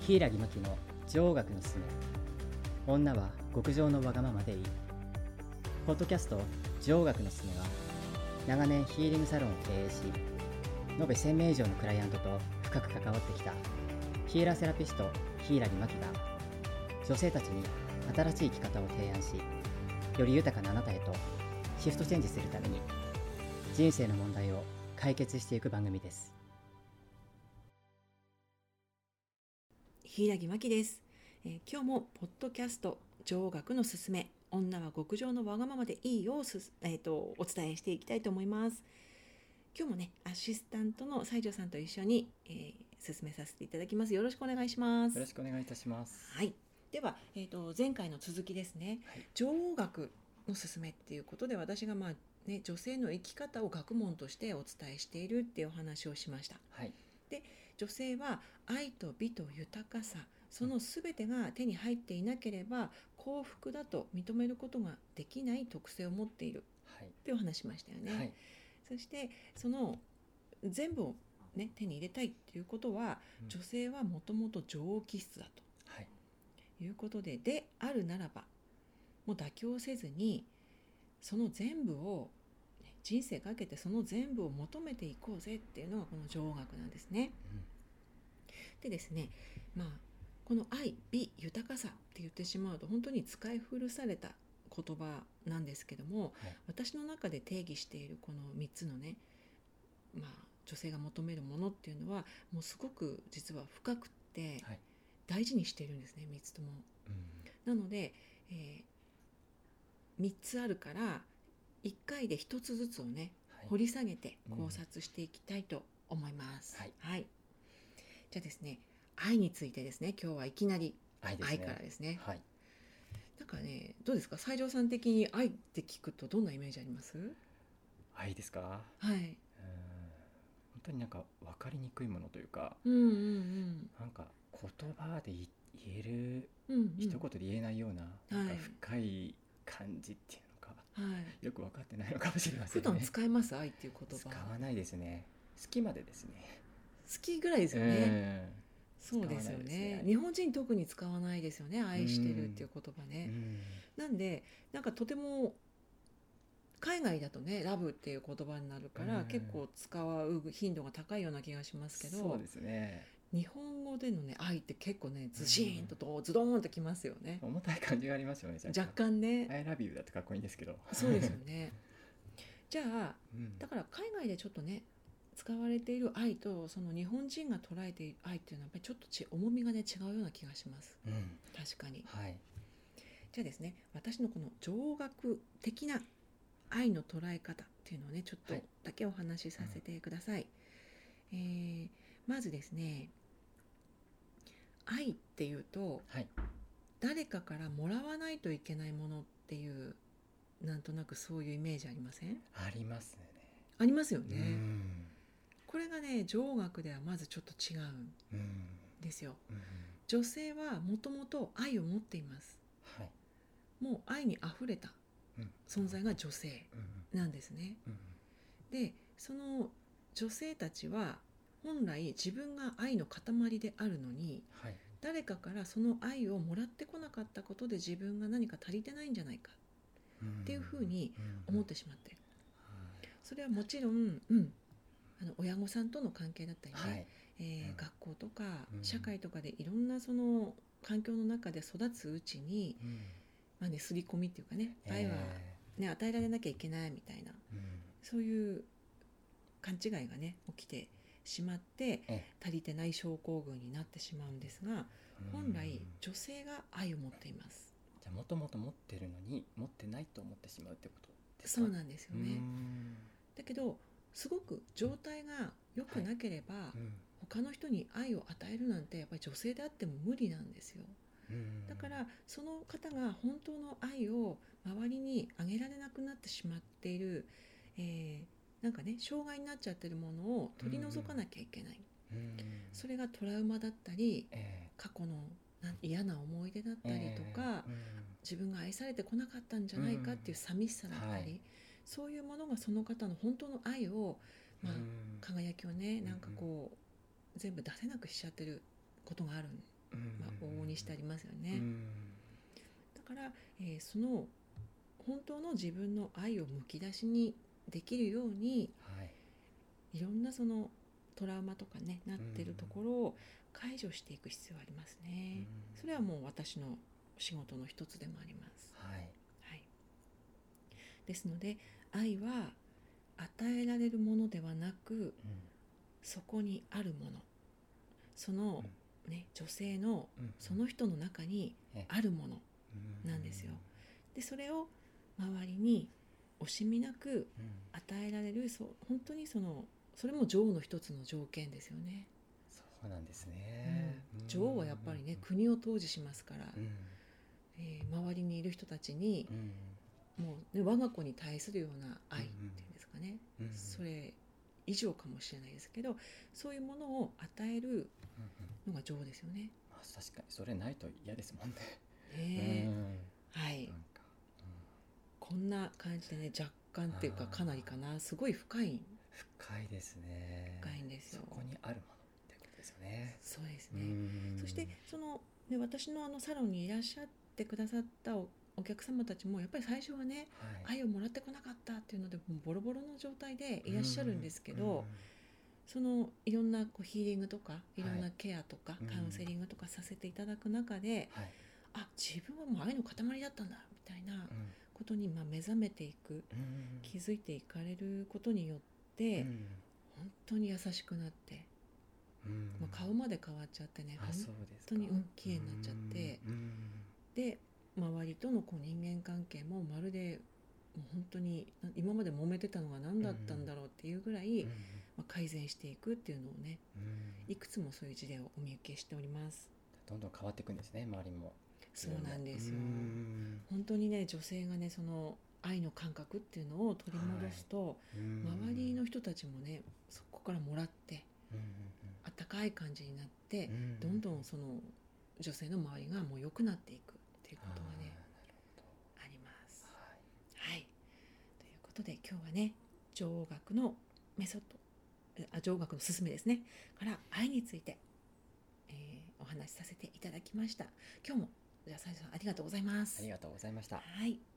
柊真希の女王学のすすめ。女は極上のわがままでいい。ポッドキャスト女王学のすすめは、長年ヒーリングサロンを経営し、延べ1000名以上のクライアントと深く関わってきたヒーラーセラピスト柊真希が、女性たちに新しい生き方を提案し、より豊かなあなたへとシフトチェンジするために、人生の問題を解決していく番組です。 柊真希です。今日もポッドキャスト女王学のすすめ、女は極上のわがままでいいよをお伝えしていきたいと思います。今日もね、アシスタントの西条さんと一緒に、進めさせていただきます。よろしくお願いします。 よろしくお願いいたします。 はい。では、前回の続きですね、 はい、 女王学のすすめっていうことで、私が女性の生き方を学問としてお伝えしているっていうお話をしました。 はい。 で、女性は愛と美と豊かさ、そのすべてが手に入っていなければ幸福だと認めることができない特性を持っているってお話しましたよね。 はい、 そしてその全部を、ね、手に入れたいっていうことは、女性はもともと女王気質だということで、であるならばもう妥協せずにその全部を人生かけてその全部を求めていこうぜっていうのがこの女王学なんですね。でですね、この愛、美、豊かさって言ってしまうと本当に使い古された言葉なんですけども、私の中で定義しているこの3つのね、女性が求めるものっていうのはもうすごく実は深くって大事にしているんですね、3つとも。なので、3つあるから1回で1つずつをね、掘り下げて考察していきたいと思います。はい。じゃあですね、愛についてですね、今日はいきなり愛からですね。はい。なんかね、どうですか、西条さん的に愛って聞くとどんなイメージあります？ 愛ですか？ はい。 本当になんか分かりにくいものというか、なんか言葉で言える、一言で言えないような、なんか深い感じっていうのか、よく分かってないのかもしれませんね。 普段使います？愛っていう言葉。 使わないですね。好きまでですね。 好きぐらいですよね。そうですよね。日本人特に使わないですよね、愛してるっていう言葉ね。なんでなんかとても海外だとね、ラブっていう言葉になるから、結構使う頻度が高いような気がしますけど、 そうですね。 日本語でのね、愛って結構ね、ズシーンとズドーンときますよね。 重たい感じがありますよね。 若干ね。 I love you だってかっこいいんですけど。 そうですよね。じゃあ、だから海外でちょっとね、使われている愛とその日本人が捉えている愛っていうのはやっぱりちょっと重みがね、違うような気がします。確かに。じゃあですね、私のこの女王学的な愛の捉え方っていうのをね、ちょっとだけお話しさせてください。まずですね、愛っていうと、誰かからもらわないといけないものっていう、なんとなくそういうイメージありません？ ありますね。 ありますよね。これがね、女王学ではまずちょっと違うんですよ。女性はもともと愛を持っています。もう愛にあふれた存在が女性なんですね。で、その女性たちは本来自分が愛の塊であるのに、誰かからその愛をもらってこなかったことで自分が何か足りてないんじゃないかっていうふうに思ってしまっている。それはもちろん、親御さんとの関係だったりね、学校とか社会とかでいろんなその環境の中で育つうちに、刷り込みっていうかね、愛は、ね、与えられなきゃいけないみたいな、そういう勘違いがね起きてしまって、足りてない症候群になってしまうんですが、本来女性が愛を持っています。 じゃあもともと持ってるのに持ってないと思ってしまうってことですか？ そうなんですよね。だけどすごく状態が良くなければ、他の人に愛を与えるなんてやっぱり女性であっても無理なんですよ。だからその方が本当の愛を周りにあげられなくなってしまっている、なんかね、障害になっちゃってるものを取り除かなきゃいけない。それがトラウマだったり、過去の嫌な思い出だったりとか、自分が愛されてこなかったんじゃないかっていう寂しさだったり、そういうものがその方の本当の愛を、輝きをね、なんかこう全部出せなくしちゃってることがあるん往々にしてありますよね。だから、その本当の自分の愛をむき出しにできるように、いろんなそのトラウマとかねなってるところを解除していく必要がありますね。それはもう私の仕事の一つでもあります。ですので愛は与えられるものではなく、そこにあるもの、その、女性のその人の中にあるものなんですよ。でそれを周りに惜しみなく与えられる、本当にそれも女王の一つの条件ですよね。 そうなんですね。 女王はやっぱりね、国を統治しますから、周りにいる人たちに、もう、我が子に対するような愛っていうんですかね、それ以上かもしれないですけど、そういうものを与えるのが女王ですよね。 確かにそれないと嫌ですもんね。 こんな感じでね、若干っていうかかなりかな、すごい深いですね。 深いんですよ。 そこにあるものってことですよね。 そうですね。そして私のサロンにいらっしゃってくださったお客様たちもやっぱり最初はね、愛をもらってこなかったっていうのでボロボロの状態でいらっしゃるんですけど、いろんなヒーリングとかいろんなケアとかカウンセリングとかさせていただく中で、自分はもう愛の塊だったんだみたいなことに目覚めていく、気づいていかれることによって、本当に優しくなって、顔まで変わっちゃってね、本当に綺麗になっちゃって、で周りとの人間関係もまるでもう本当に今まで揉めてたのが何だったんだろうっていうぐらい、改善していくっていうのをね、いくつもそういう事例をお見受けしております。 どんどん変わっていくんですね、周りも。 そうなんですよ。本当にね、女性がね、その愛の感覚っていうのを取り戻すと、周りの人たちもね、そこからもらって、あったかい感じになって、どんどんその女性の周りがもう良くなっていくっていうことがね、あります。ということで今日はね、女王学のメソッド、女王学のすすめですねから愛について、お話しさせていただきました。今日もじゃあ斉藤さんありがとうございます。 ありがとうございました。 はい。